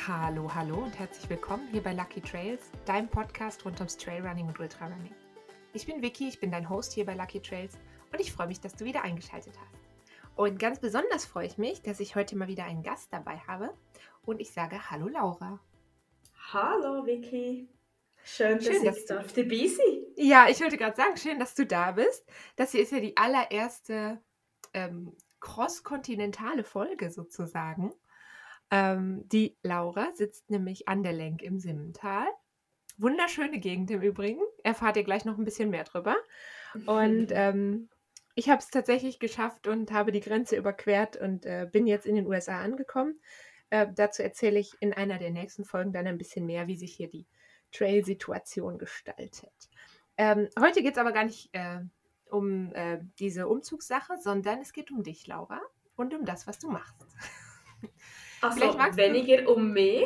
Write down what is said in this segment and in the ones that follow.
Hallo, hallo und herzlich willkommen hier bei Lucky Trails, deinem Podcast rund ums Trailrunning und Ultrarunning. Ich bin Vicky, ich bin dein Host hier bei Lucky Trails und ich freue mich, dass du wieder eingeschaltet hast. Und ganz besonders freue ich mich, dass ich heute mal wieder einen Gast dabei habe und ich sage Hallo Laura. Hallo Vicky, schön, Schön, dass ich dabei sein. Ja, ich wollte gerade sagen, schön, dass du da bist. Das hier ist ja die allererste cross-kontinentale Folge sozusagen. Die Laura sitzt nämlich an der Lenk im Simmental. Wunderschöne Gegend im Übrigen. Erfahrt ihr gleich noch ein bisschen mehr drüber. Und ich habe es tatsächlich geschafft und habe die Grenze überquert und bin jetzt in den USA angekommen. Dazu erzähle ich in einer der nächsten Folgen dann ein bisschen mehr, wie sich hier die Trail-Situation gestaltet. Heute geht es aber gar nicht um diese Umzugssache, sondern es geht um dich, Laura, und um das, was du machst. Also weniger um mich,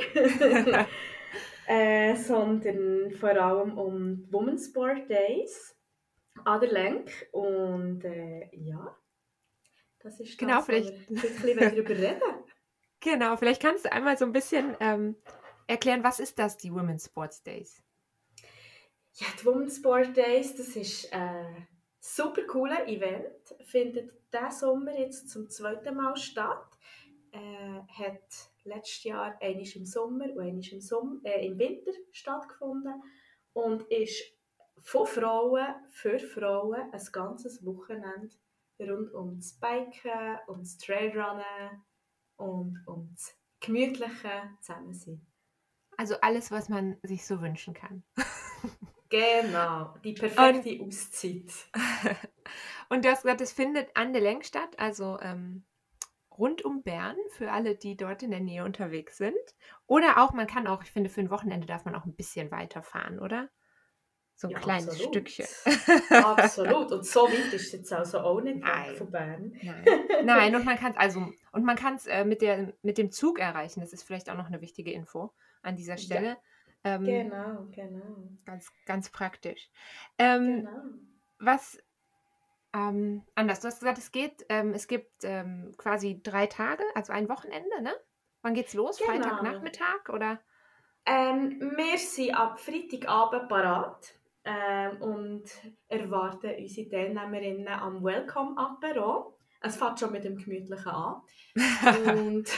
sondern vor allem um die Women's Sport Days an der Lenk. Und ja, das ist Genau, das, was wir vielleicht, heute ein bisschen darüber reden. genau, vielleicht kannst du einmal so ein bisschen erklären, was ist das, die Women's Sports Days? Ja, die Women's Sport Days, das ist ein super cooles Event. Findet diesen Sommer jetzt zum zweiten Mal statt. Hat letztes Jahr einmal im Sommer und einmal im Winter stattgefunden und ist von Frauen für Frauen ein ganzes Wochenende rund um das Biken, um das Trailrunnen und um das gemütliche Zusammensein. Also alles, was man sich so wünschen kann. Genau, die Und, perfekte Auszeit. und du hast gesagt, es findet an der Lenk statt, also rund um Bern, für alle, die dort in der Nähe unterwegs sind. Oder auch, man kann auch, ich finde, für ein Wochenende darf man auch ein bisschen weiterfahren, oder? So ein Ja, kleines absolut. Stückchen. Absolut. Und so weit ist es jetzt also auch nicht weg von Nein. Bern. Nein, und man kann es mit dem Zug erreichen. Das ist vielleicht auch noch eine wichtige Info an dieser Ja, Stelle. Ähm, genau. ganz, ganz praktisch. Ähm, Genau. was anders? Du hast gesagt, es gibt quasi 3 Tage, also ein Wochenende, ne? Wann geht's los? Genau. Freitagnachmittag oder? Wir sind ab Freitagabend parat und erwarten unsere Teilnehmerinnen am Welcome Apero. Es fängt schon mit dem Gemütlichen an. Und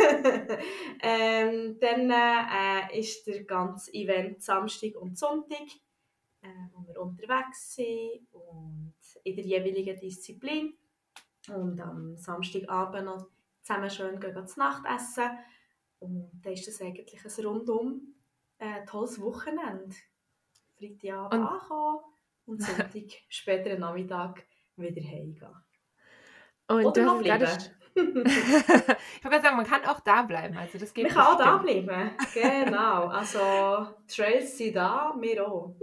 dann ist der ganze Event Samstag und Sonntag, wo wir unterwegs sind und in der jeweiligen Disziplin. Und am Samstagabend noch zusammen schön gehen zu Nacht essen. Und dann ist das eigentlich ein rundum tolles Wochenende. Freitagabend Und, ankommen und Sonntag, späteren Nachmittag wieder heimgehen. und Oder du hast noch es gerade. bleiben. Ich wollte gerade sagen, man kann auch da bleiben. Also das Man geht kann auch da bestimmt. bleiben. Genau. Also, Trails sind da, wir auch.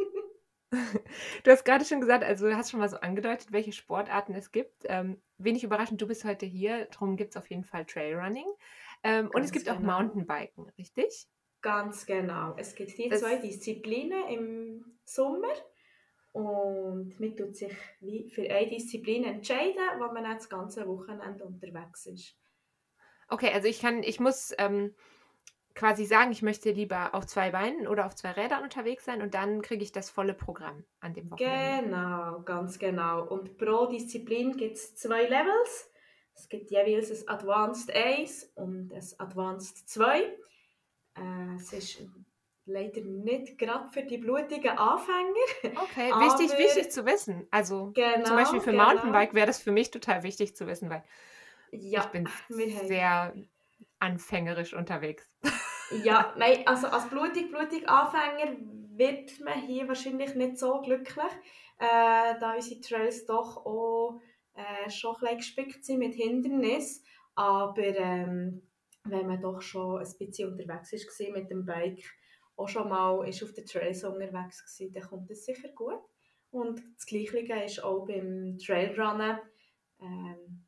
Du hast gerade schon gesagt, also du hast schon mal so angedeutet, welche Sportarten es gibt. Wenig überraschend, du bist heute hier, darum gibt es auf jeden Fall Trailrunning. Und es Ganz gibt auch genau. Mountainbiken, richtig? Ganz genau. Es gibt die zwei Das, Disziplinen im Sommer. Und man tut sich wie für eine Disziplin entscheiden, wo man dann das ganze Wochenende unterwegs ist. okay, also ich muss quasi sagen, ich möchte lieber auf 2 Beinen oder auf 2 Rädern unterwegs sein und dann kriege ich das volle Programm an dem Wochenende. Genau, ganz genau. Und pro Disziplin gibt es 2 Levels. Es gibt jeweils ein Advanced 1 und ein Advanced 2. Es ist leider nicht gerade für die blutigen Anfänger, Okay, aber wichtig zu wissen. Also zum Beispiel für genau. Mountainbike wäre das für mich total wichtig zu wissen, weil ich Ja, bin wir haben sehr anfängerisch unterwegs. ja, nein, also als blutig Anfänger wird man hier wahrscheinlich nicht so glücklich, da unsere Trails doch auch schon ein bisschen gespickt sind mit Hindernissen. Aber wenn man doch schon ein bisschen unterwegs war mit dem Bike, auch schon mal ist auf den Trails unterwegs war, dann kommt es sicher gut. Und das Gleiche ist auch beim Trailrunnen. Ähm,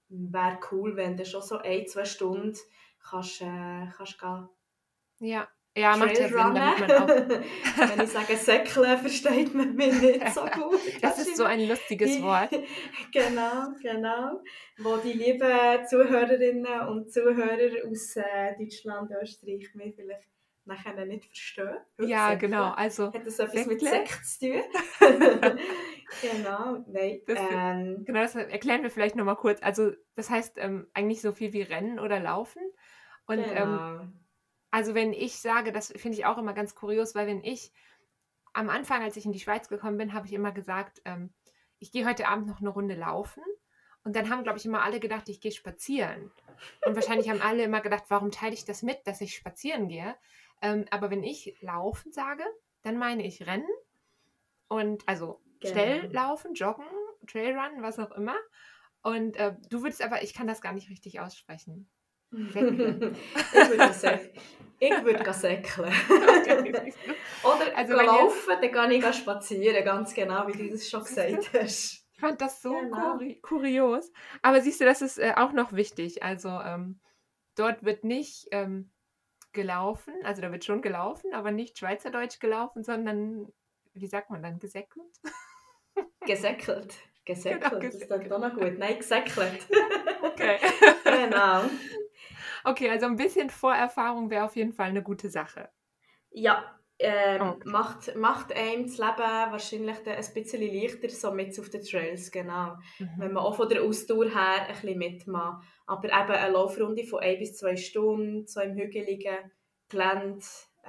Wäre cool, wenn du schon so 1, 2 Stunden kannst gehen. Ja, Ja, macht ja Sinn, damit man auch Trailrunnen. Wenn ich sage Säckle, versteht man mich nicht so gut das ist so wahrscheinlich. ein lustiges Die, Wort. genau, genau. Wo die lieben Zuhörerinnen und Zuhörer aus Deutschland, Österreich mich vielleicht nachher nicht verstehen. Ja, genau, Säckle. also Hat das etwas mit Säckle, Sekt zu tun? Genau, nein. das genau, das erklären wir vielleicht noch mal kurz. Also, das heißt, eigentlich so viel wie Rennen oder Laufen und, Genau. also, wenn ich sage das finde ich auch immer ganz kurios, weil wenn ich am Anfang, als ich in die Schweiz gekommen bin, habe ich immer gesagt, ich gehe heute Abend noch eine Runde laufen. Und dann haben, glaube ich, immer alle gedacht, ich gehe spazieren. Und wahrscheinlich haben alle immer gedacht, warum teile ich das mit, dass ich spazieren gehe? Aber wenn ich laufen sage, dann meine ich rennen und also schnell Genau. laufen, joggen, Trailrun, was auch immer. Und du würdest aber, ich kann das gar nicht richtig aussprechen. Weckle. Ich würde ich würde säckeln. Okay, siehst du. Oder Also wenn ihr laufen, dann gehe ich spazieren, ganz genau, wie du das schon Siehst du? gesagt hast. Ich fand das so Genau. kurios. Aber siehst du, das ist auch noch wichtig. Also dort wird nicht gelaufen, also da wird schon gelaufen, aber nicht Schweizerdeutsch gelaufen, sondern, wie sagt man dann, gesäckelt? Gesäckelt. Genau, Gesäckelt, das klingt gesäckelt. auch noch gut. Nein, gesäckelt. Ja, okay. Genau. Okay, also ein bisschen Vorerfahrung wäre auf jeden Fall eine gute Sache. Ja, Okay. macht einem das Leben wahrscheinlich dann ein bisschen leichter, so mit auf den Trails, genau. Mhm. Wenn man auch von der Ausdauer her ein bisschen mitmacht. Aber eben eine Laufrunde von 1 bis 2 Stunden, so im hügeligen Gelände,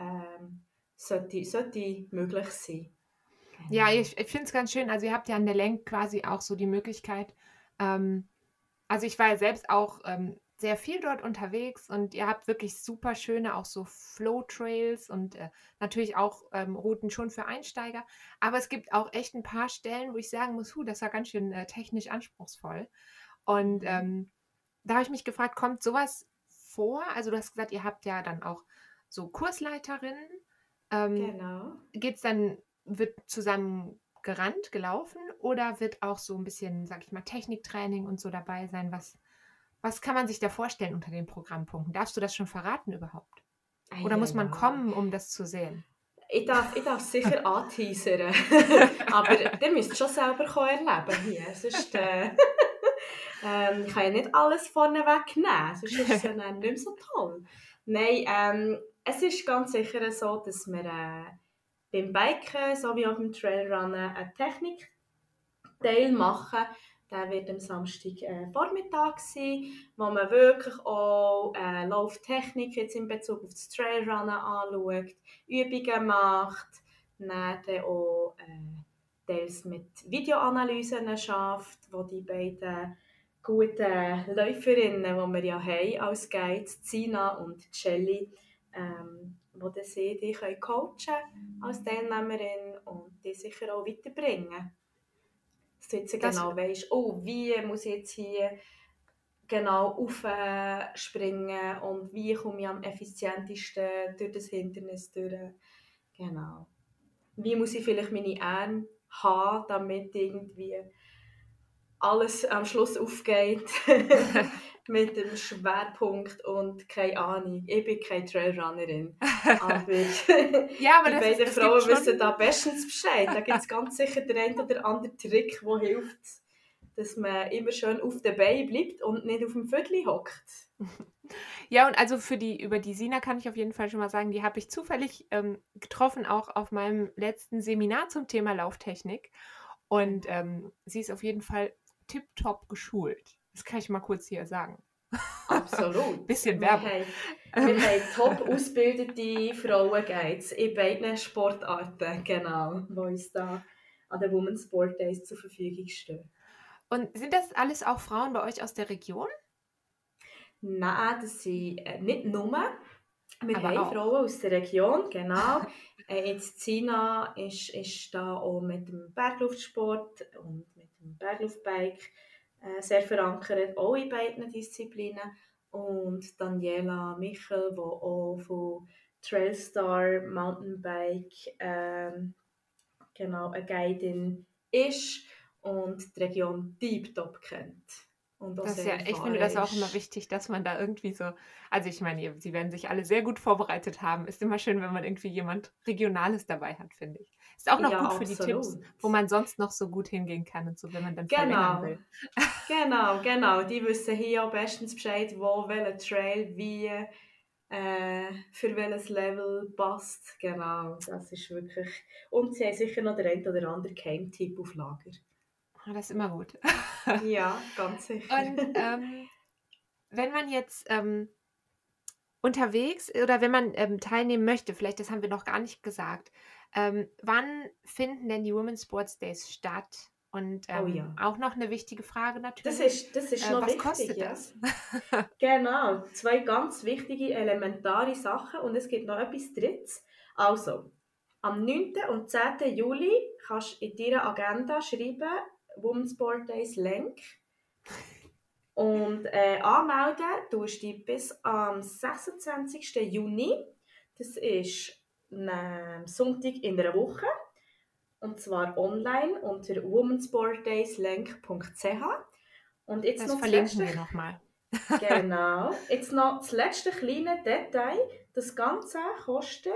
sollte möglich sein. Ja, Genau. ich finde es ganz schön. Also ihr habt ja an der Lenk quasi auch so die Möglichkeit, ähm, also ich war ja selbst auch sehr viel dort unterwegs und ihr habt wirklich super schöne auch so Flow-Trails und natürlich auch Routen schon für Einsteiger. Aber es gibt auch echt ein paar Stellen, wo ich sagen muss, das war ganz schön technisch anspruchsvoll. Und Mhm. da habe ich mich gefragt, kommt sowas vor? Also du hast gesagt, ihr habt ja dann auch so Kursleiterinnen. Genau. Geht es dann, wird zusammen gerannt, gelaufen oder wird auch so ein bisschen, sag ich mal, Techniktraining und so dabei sein? Was kann man sich da vorstellen unter den Programmpunkten? Darfst du das schon verraten überhaupt? Oder muss man Eieiei. kommen, um das zu sehen? Ich darf sicher anteasern, aber ihr müsst schon selber erleben hier. Sonst, ich kann ja nicht alles vorneweg nehmen, sonst ist es ja dann nicht mehr so toll. Nein, es ist ganz sicher so, dass wir beim Biken sowie auch beim Trailrunnen eine Technikteil machen. Der wird am Samstag Vormittag sein, wo man wirklich auch Lauftechnik jetzt in Bezug auf das Trailrunnen anschaut, Übungen macht, dann auch teils mit Videoanalysen schafft, wo die beiden guten Läuferinnen, die wir ja haben als Guides, Zina und Celli, wo dann sie die können coachen als Teilnehmerin und die sicher auch weiterbringen. Dass du jetzt Das, genau weisst, oh, wie muss ich jetzt hier genau aufspringen und wie komme ich am effizientesten durch das Hindernis durch. Genau. Wie muss ich vielleicht meine Arme haben, damit irgendwie alles am Schluss aufgeht mit dem Schwerpunkt und keine Ahnung, ich bin keine Trailrunnerin, aber ja, aber die beiden es gibt Frauen schon. wissen da bestens Bescheid. Da gibt es ganz sicher den einen oder anderen Trick, der hilft, dass man immer schön auf den Beinen bleibt und nicht auf dem Viertel hockt. Ja, und also über die Sina kann ich auf jeden Fall schon mal sagen, die habe ich zufällig getroffen, auch auf meinem letzten Seminar zum Thema Lauftechnik. Und Genau. sie ist auf jeden Fall tipptopp geschult. Das kann ich mal kurz hier sagen. Absolut. Bisschen Wir Werbung. haben, wir Ähm, haben top ausgebildete Frauenguides in beiden Sportarten, genau, die uns da an den Women's Sport Days zur Verfügung stehen. und sind das alles auch Frauen bei euch aus der Region? Nein, das sind nicht nur. Wir Aber haben auch. Frauen aus der Region, genau. Jetzt Sina ist da auch mit dem Bergluftsport und mit dem Bergluftbike sehr verankert, auch in beiden Disziplinen. Und Daniela Michel, die auch von Trailstar Mountainbike genau, eine Guidin ist und die Region tiptop kennt. und auch Das ist sehr ja ich erfahren finde das auch immer ist. wichtig, dass man da irgendwie so also, ich meine, sie werden sich alle sehr gut vorbereitet haben. Ist immer schön, wenn man irgendwie jemand Regionales dabei hat, finde ich. Ist auch noch Ja, gut für die Tipps, absolut. wo man sonst noch so gut hingehen kann und so, wenn man dann verlängern Genau, will. genau. Die wissen hier auch bestens Bescheid, wo welcher Trail wie für welches Level passt. Genau, das ist wirklich. Und sie haben sicher noch den einen oder anderen Geheimtipp auf Lager. Ah, das ist immer gut. Ja, ganz sicher. Und, wenn man jetzt, unterwegs oder wenn man, teilnehmen möchte, vielleicht das haben wir noch gar nicht gesagt, wann finden denn die Women's Sports Days statt? Und, Oh ja. auch noch eine wichtige Frage Das natürlich, ist, das ist noch was wichtig, kostet ja. das? Genau, zwei ganz wichtige, elementare Sachen und es gibt noch etwas Drittes. Also, am 9. und 10. Juli kannst du in deiner Agenda schreiben, Women's Sport Days Lenk. Und anmelden tust du dich bis am 26. Juni. Das ist ein Sonntag in einer Woche. Und zwar online unter womansportdayslenk.ch. Und jetzt Das noch das verlinken letzte. wir noch mal. Genau. Jetzt noch das letzte kleine Detail. Das Ganze kostet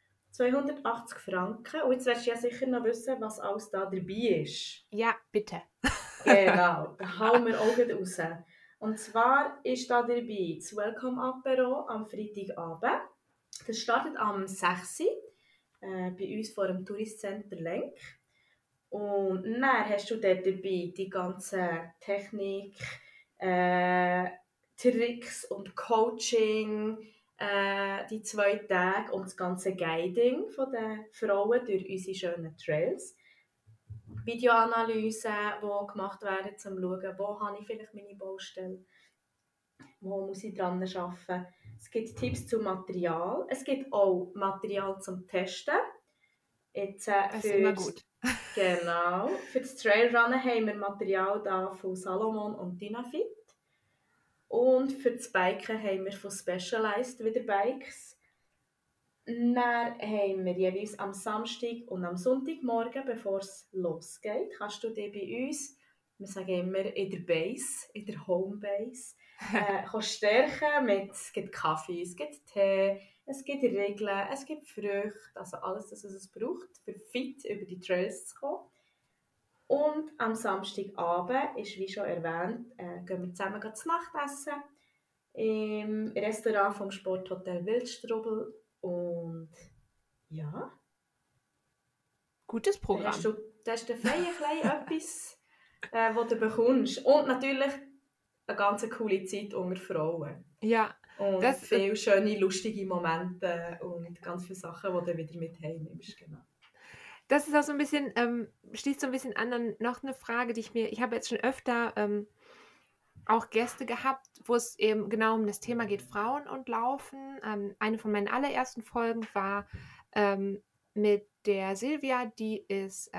280 Franken. Und jetzt wirst du ja sicher noch wissen, was alles da dabei ist. Ja, bitte. Genau, da hauen wir auch gleich raus. Und zwar ist da dabei das Welcome Apero am Freitagabend. Das startet am 6. Uhr bei uns vor dem Touristcenter Lenk. Und dann hast du dort dabei die ganze Technik, äh, Tricks und Coaching, die 2 Tage und das ganze Guiding von den Frauen durch unsere schönen Trails. Videoanalysen, die gemacht werden, um zu schauen, wo habe ich vielleicht meine Baustelle, wo muss ich dran arbeiten. Es gibt Tipps zum Material. Es gibt auch Material zum Testen. Jetzt, Das ist immer gut. genau, für das Trailrunnen haben wir Material da von Salomon und Dynafit. Und für das Biken haben wir von Specialized wieder Bikes. Dann haben wir jeweils am Samstag und am Sonntagmorgen, bevor es losgeht, kannst du dich bei uns, wir sagen immer in der Base, in der Homebase, kannst stärken mit, es gibt Kaffee, es gibt Tee, es gibt Regeln, es gibt Früchte, also alles, was es braucht, für fit über die Trails zu kommen. Und am Samstagabend ist, wie schon erwähnt, gehen wir zusammen zu Nacht essen im Restaurant vom Sporthotel Wildstrubel und ja, Gutes dann hast Programm. du, dann hast du fein etwas, was du bekommst. Und natürlich eine ganz coole Zeit unter Frauen. Ja, Und das viele schöne, lustige Momente und ganz viele Sachen, die du wieder mit heimnimmst. Genau. das ist auch so ein bisschen schließt so ein bisschen an noch eine Frage, die ich habe jetzt schon öfter, auch Gäste gehabt, wo es eben genau um das Thema geht, Frauen und Laufen. Eine von meinen allerersten Folgen war, mit der Silvia, die ist,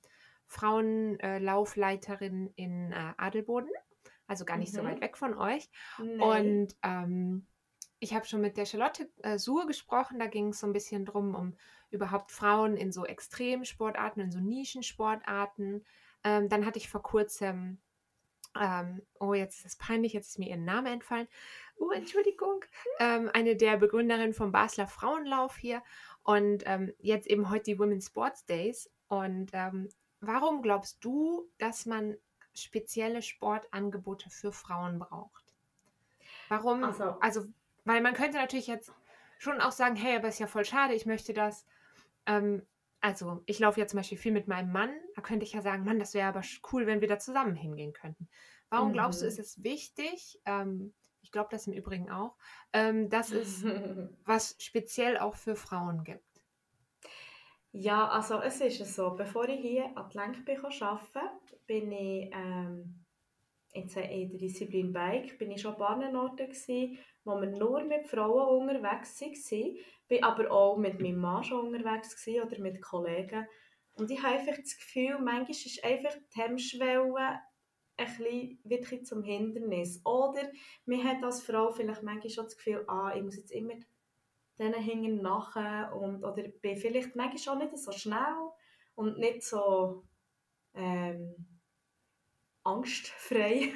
Laufleiterin in, Adelboden, also gar nicht so weit Mhm. weg von euch. Nein. Und, ich habe schon mit der Charlotte, Suhr gesprochen, da ging es so ein bisschen drum, um überhaupt Frauen in so Extremsportarten, in so Nischensportarten. Dann hatte ich vor Kurzem oh, jetzt ist es peinlich, jetzt ist mir ihr Name entfallen. Oh, Entschuldigung. Eine der Begründerinnen vom Basler Frauenlauf hier und jetzt eben heute die Women's Sports Days. Und warum glaubst du, dass man spezielle Sportangebote für Frauen braucht? Warum? Also, Also, weil man könnte natürlich jetzt schon auch sagen, hey, aber ist ja voll schade, ich möchte das. Ähm, also, ich laufe ja zum Beispiel viel mit meinem Mann. Da könnte ich ja sagen, Mann, das wäre aber cool, wenn wir da zusammen hingehen könnten. Warum glaubst du, ist mhm. es wichtig, ich glaube das im Übrigen auch, dass es was speziell auch für Frauen gibt? Ja, also es ist so, bevor ich hier an die Lenk bin arbeiten, bin ich jetzt in der Disziplin Bike bin ich schon an ein paar Orten gewesen, wo wir nur mit Frauen unterwegs waren. Bin aber auch mit meinem Mann schon unterwegs gewesen, oder mit Kollegen. Und ich habe einfach das Gefühl, manchmal ist einfach die Hemmschwelle wird ein bisschen zum Hindernis. Oder man hat als Frau vielleicht manchmal schon das Gefühl, ich muss jetzt immer denen hinten nachher oder bin vielleicht manchmal auch nicht so schnell und nicht so ähm, angstfrei.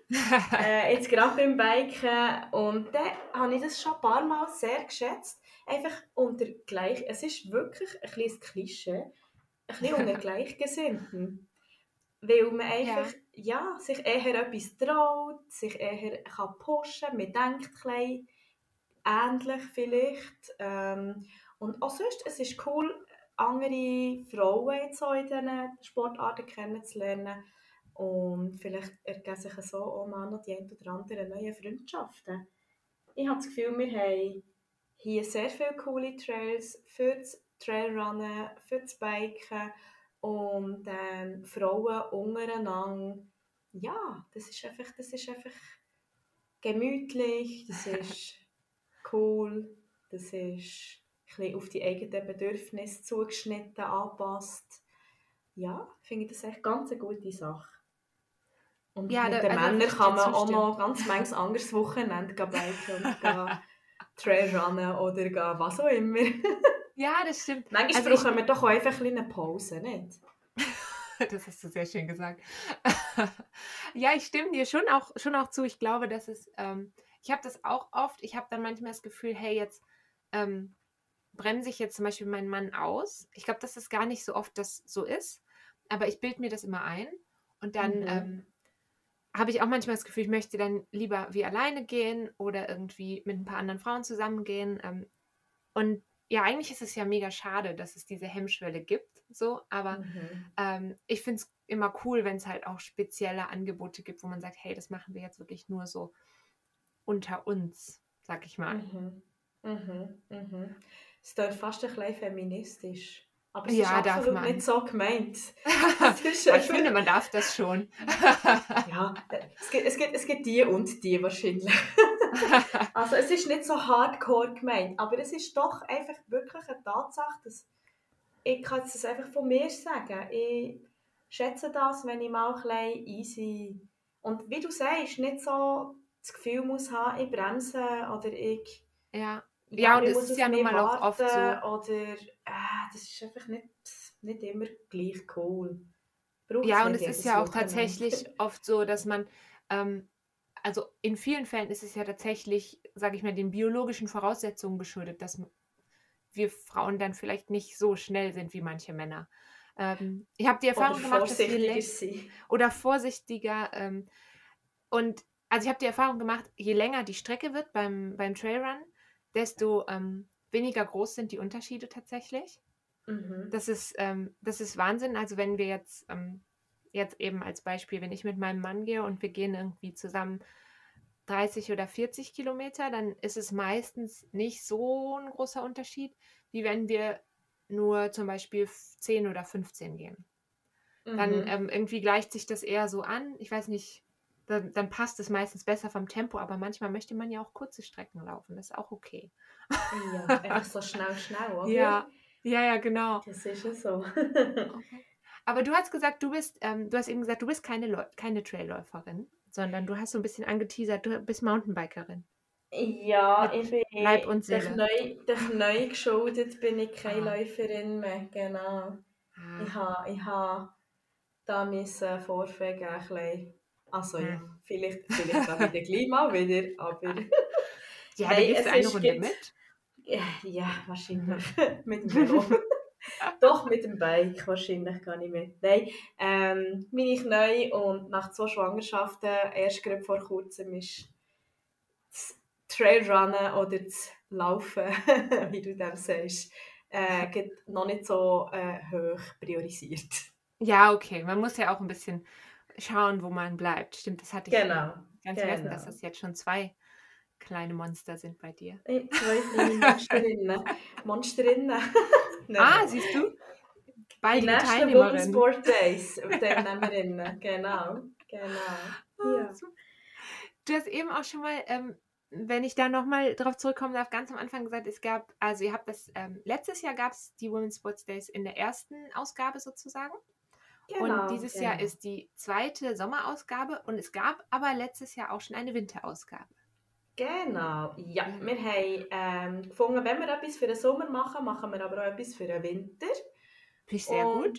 Jetzt gerade beim Biken. Und dann habe ich das schon ein paar Mal sehr geschätzt. Einfach unter gleich, es ist wirklich ein kleines Klischee, ein bisschen unter Gleichgesinnten. Weil man einfach, Ja, ja, sich eher etwas traut, sich eher kann pushen kann. Man denkt ein bisschen ähnlich vielleicht. Und auch sonst, es ist cool, andere Frauen jetzt auch in diesen Sportarten kennenzulernen. Und vielleicht ergeben sich so auch mal noch die ein oder anderen neue Freundschaften. Ich habe das Gefühl, wir haben hier sehr viele coole Trails für das Trailrunnen, für das Biken und Frauen untereinander. Ja, das ist einfach gemütlich, das ist cool, das ist ein bisschen auf die eigenen Bedürfnisse zugeschnitten, angepasst. Ja, finde ich das echt ganz eine gute Sache. Und ja, mit den da Männern würde ich kann dir man auch zustimmen. noch ganz manches anderes Wochenende biken und Trailrunnen oder was auch immer. Ja, das stimmt. Also Manchmal ich, brauchen wir doch auch einfach ein bisschen eine Pause, nicht? das hast du sehr schön gesagt. Ja, ich stimme dir schon auch zu. Ich glaube, dass ich habe das auch oft. Ich habe dann manchmal das Gefühl, hey, jetzt ähm, bremse ich jetzt zum Beispiel meinen Mann aus. Ich glaube, dass das gar nicht so oft das so ist, aber ich bilde mir das immer ein. Und dann Mhm. habe ich auch manchmal das Gefühl, ich möchte dann lieber wie alleine gehen oder irgendwie mit ein paar anderen Frauen zusammengehen. Und ja, eigentlich ist es ja mega schade, dass es diese Hemmschwelle gibt, so, aber Mhm. ich finde es immer cool, wenn es halt auch spezielle Angebote gibt, wo man sagt, hey, das machen wir jetzt wirklich nur so unter uns, sag ich mal. Mhm. Mhm. Mhm. Es klingt fast ein bisschen feministisch. Aber es ist Ja, darf absolut nicht man. so gemeint. Es ist Aber ich einfach. finde, man darf das schon. Ja, es gibt die und die wahrscheinlich. Also es ist nicht so hardcore gemeint, aber es ist doch einfach wirklich eine Tatsache, dass ich kann es einfach von mir sagen. Ich schätze das, wenn ich mal ein bisschen easy und wie du sagst, nicht so das Gefühl muss haben, ich bremse oder Ja. Ja, ja, und man es muss ist auf ja nun mich mal auch oft warten so, oder das ist einfach nicht immer gleich cool. Braucht es ja, und nicht es ist jedes ja auch Wochenende. tatsächlich oft so, dass man, also in vielen Fällen ist es ja tatsächlich, sage ich mal, den biologischen Voraussetzungen geschuldet, dass wir Frauen dann vielleicht nicht so schnell sind wie manche Männer. Ich habe die Oder Erfahrung gemacht, dass je vorsichtiger länger sein. oder vorsichtiger und also ich habe die Erfahrung gemacht, je länger die Strecke wird beim Trailrun, desto weniger groß sind die Unterschiede tatsächlich. Mhm. Das ist Wahnsinn. Also wenn wir jetzt eben als Beispiel, wenn ich mit meinem Mann gehe und wir gehen irgendwie zusammen 30 oder 40 Kilometer, dann ist es meistens nicht so ein großer Unterschied, wie wenn wir nur zum Beispiel 10 oder 15 gehen. Dann Mhm. irgendwie gleicht sich das eher so an. Ich weiß nicht, dann passt es meistens besser vom Tempo, aber manchmal möchte man ja auch kurze Strecken laufen. Das ist auch okay. Ja, einfach so schnell, schnell, oder? Ja, ja, ja, genau. Das ist ja so. Okay. Aber du hast gesagt, du hast eben gesagt, du bist keine Trailläuferin, sondern du hast so ein bisschen angeteasert, du bist Mountainbikerin Ja, ich mit bin Leib und Seele. durch neu geschuldet, bin ich keine Ah, Läuferin mehr, genau. ah, Ich ha da müssen Vorweg ein bisschen, also hm. ja, vielleicht auch wieder gleich mal wieder, aber Ja, dann nein, gehst du es eine ist, Runde gibt, mit. ja, wahrscheinlich Mhm. mit dem Velo. Doch, mit dem Bike wahrscheinlich gar nicht mit. Nein, bin ich neu und nach 2 Schwangerschaften, erst gerade vor kurzem, ist das Trailrunnen oder das Laufen, wie du dem sagst, noch nicht so hoch priorisiert. Ja, okay. Man muss ja auch ein bisschen schauen, wo man bleibt. Stimmt, das hatte ich Genau, gar nicht vergessen, dass genau. das jetzt schon zwei kleine Monster sind bei dir. Zwei kleine Monsterinnen. Monsterinnen, nein, Ah, nein. siehst du? Die Baldige nächsten Women's Teilnehmerin. Sport Days, Teilnehmerinnen, genau, genau. Ah, Ja. super. Du hast eben auch schon mal, wenn ich da nochmal drauf zurückkommen darf, ganz am Anfang gesagt, also ihr habt letztes Jahr gab es die Women's Sports Days in der ersten Ausgabe sozusagen. Und Genau, dieses Jahr genau. ist die zweite Sommerausgabe und es gab aber letztes Jahr auch schon eine Winterausgabe. Genau, ja. Ja. Wir haben gefunden, wenn wir etwas für den Sommer machen, machen wir aber auch etwas für den Winter. Finde ich sehr Und gut.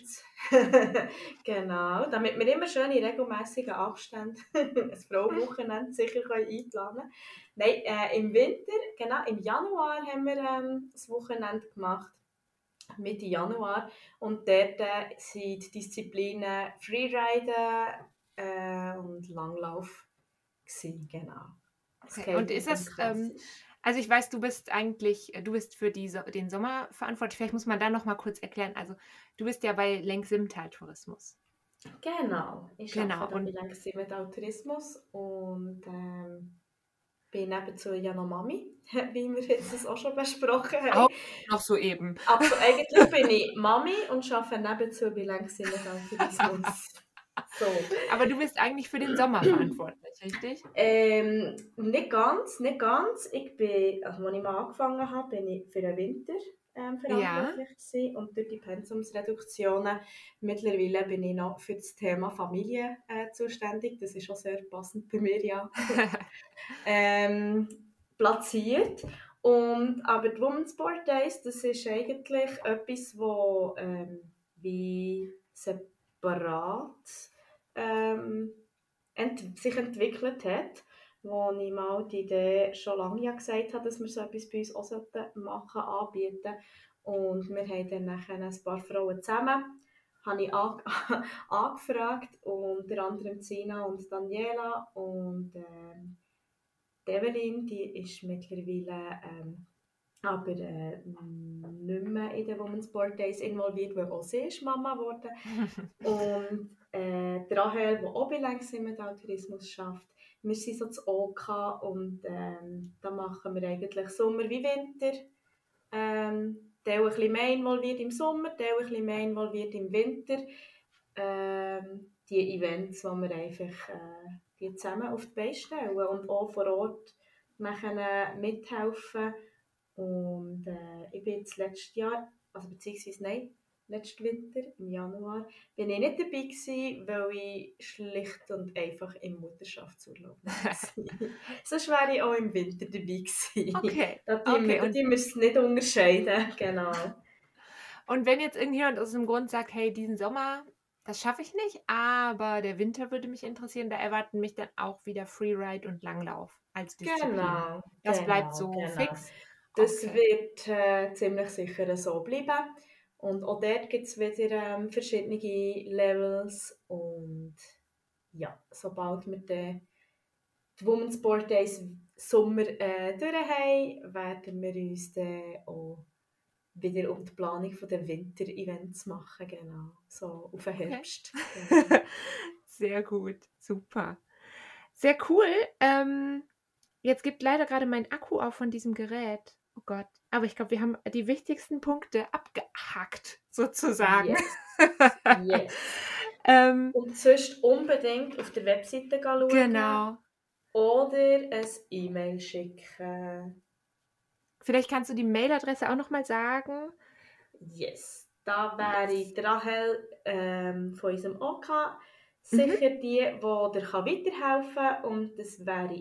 genau, damit wir immer schön in regelmässigen Abständen ein Frauenwochenende sicher einplanen können. Nein, im Winter, genau, im Januar haben wir das Wochenende gemacht, Mitte Januar. Und dort sind die Disziplinen Freeriden und Langlauf gewesen, genau. Okay. Und ist Skateboarden das, klassisch. also ich weiß, du bist für den Sommer verantwortlich. Vielleicht muss man da noch mal kurz erklären. Also du bist ja bei Lenk-Simmental Tourismus. Genau, ich Genau. arbeite da bei Und Legacy mit Tourismus und bin nebenzu ja noch Mami, wie wir jetzt das auch schon besprochen haben. auch noch so eben. Eigentlich bin ich Mami und arbeite nebenzu bei Legacy mit Tourismus. So. Aber du bist eigentlich für den Sommer verantwortlich, richtig? Nicht ganz, nicht ganz. Ich bin, also als ich mal angefangen habe, bin ich für den Winter Ja. verantwortlich gewesen. Und durch die Pensumsreduktionen mittlerweile bin ich noch für das Thema Familie zuständig. Das ist auch sehr passend bei mir, ja. ähm, platziert. Aber die Women's Sport Days, das ist eigentlich etwas, wo wie separat ähm, sich entwickelt hat, wo ich mal die Idee schon lange ja gesagt habe, dass wir so etwas bei uns auch machen sollten, anbieten. Und wir haben dann nachher ein paar Frauen zusammen, habe ich angefragt, unter anderem Sina und Daniela und Evelyn, die ist mittlerweile aber nicht mehr in den Women's Sport Days involviert, weil auch sie ist Mama geworden. Und die Rahel, die auch bei Längsimmental Tourismus arbeitet, wir sind so das OK und da machen wir eigentlich Sommer wie Winter. Teil ein bisschen mehr involviert im Sommer, Teil ein bisschen mehr involviert im Winter. Die Events, wo wir einfach die zusammen auf die Beine stellen und auch vor Ort nachher mithelfen. Und ich bin jetzt letztes Jahr, also beziehungsweise nein, letzten Winter, im Januar, bin ich nicht dabei gewesen, weil ich schlicht und einfach im Mutterschaftsurlaub war. Sonst wäre ich auch im Winter dabei gewesen. Okay, Da tun okay. wir es nicht unterscheiden, genau. Und wenn jetzt irgendjemand aus dem Grund sagt, hey, diesen Sommer, das schaffe ich nicht, aber der Winter würde mich interessieren, da erwarten mich dann auch wieder Freeride und Langlauf als Disziplin. Genau, Das bleibt genau, so genau. fix. Das Okay. wird ziemlich sicher so bleiben. Und auch dort gibt es wieder verschiedene Levels. Und ja, sobald wir die Women's Sport Days Sommer durch haben, werden wir uns dann auch wieder um die Planung der Winter-Events machen. Genau, so auf den Okay. Herbst. Genau. Sehr gut, super. Sehr cool. Jetzt gibt leider gerade mein Akku auf von diesem Gerät. Oh Gott. Aber ich glaube, wir haben die wichtigsten Punkte abgehakt, sozusagen. Yes, yes. ähm, Und sonst unbedingt auf der Webseite schauen genau. oder ein E-Mail schicken. Vielleicht kannst du die Mailadresse auch noch mal sagen. Yes. Da wäre Yes. die Rahel von unserem OK Mhm. sicher die dir weiterhelfen kann. Und das wäre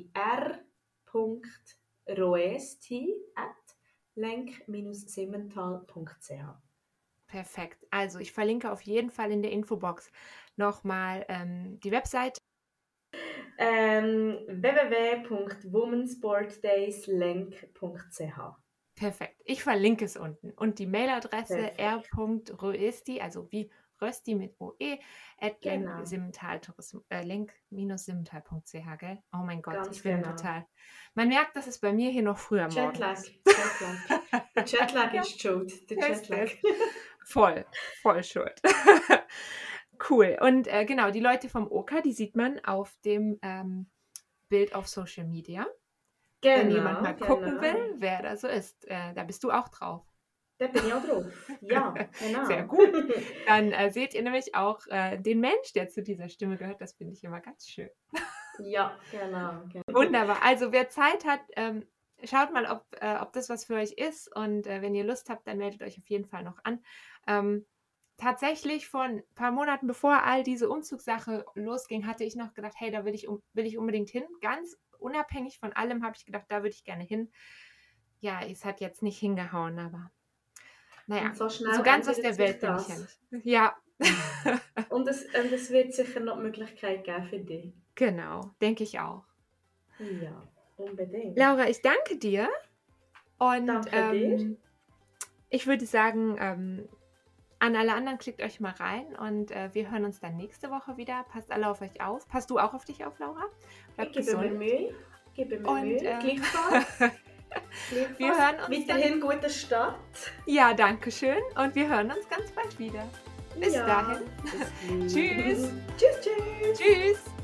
r.roesti@lenk-simmental.ch. Perfekt. Also ich verlinke auf jeden Fall in der Infobox nochmal die Webseite. www.womensportdayslenk.ch. Perfekt. Ich verlinke es unten. Und die Mailadresse Perfekt. r.roesti, also wie Rösti mit OE, at Genau. lenk-simmental.ch, gell? Oh mein Gott, ich Ganz bin genau. total. Man merkt, dass es bei mir hier noch früher morgen Jetlag, ist. Jetlag. Der Jetlag Ja, ist schuld. Der ist Jetlag. es. Voll, voll schuld. Cool. Und genau, die Leute vom Oka, die sieht man auf dem Bild auf Social Media. Wenn jemand Genau, mal gucken will, genau. wer da so ist, da bist du auch drauf. Da bin ich auch drauf. Ja, Sehr genau. gut. Dann seht ihr nämlich auch den Mensch, der zu dieser Stimme gehört. Das finde ich immer ganz schön. Ja, genau. Wunderbar. Also wer Zeit hat, schaut mal, ob das was für euch ist. Und wenn ihr Lust habt, dann meldet euch auf jeden Fall noch an. Tatsächlich vor ein paar Monaten, bevor all diese Umzugssache losging, hatte ich noch gedacht, hey, da will ich unbedingt hin. Ganz unabhängig von allem habe ich gedacht, da würde ich gerne hin. Ja, es hat jetzt nicht hingehauen, aber naja, Und so schnell so ganz aus ändert der sich Welt bin ich ja das. nicht. Ja, Und es wird sicher noch die Möglichkeit geben für dich. genau, denke ich auch. Ja, unbedingt. Laura, ich danke dir und Danke dir. ich würde sagen, an alle anderen klickt euch mal rein und wir hören uns dann nächste Woche wieder. Passt alle auf euch auf. Passt du auch auf dich auf, Laura? Bleib Ich gebe mir gesund. Mühe. Und Gleichfalls. wir hören uns Weiterhin guten Start. Ja, danke schön und wir hören uns ganz bald wieder. Bis Ja, dahin. bis gleich. Tschüss. Tschüss, tschüss. Tschüss.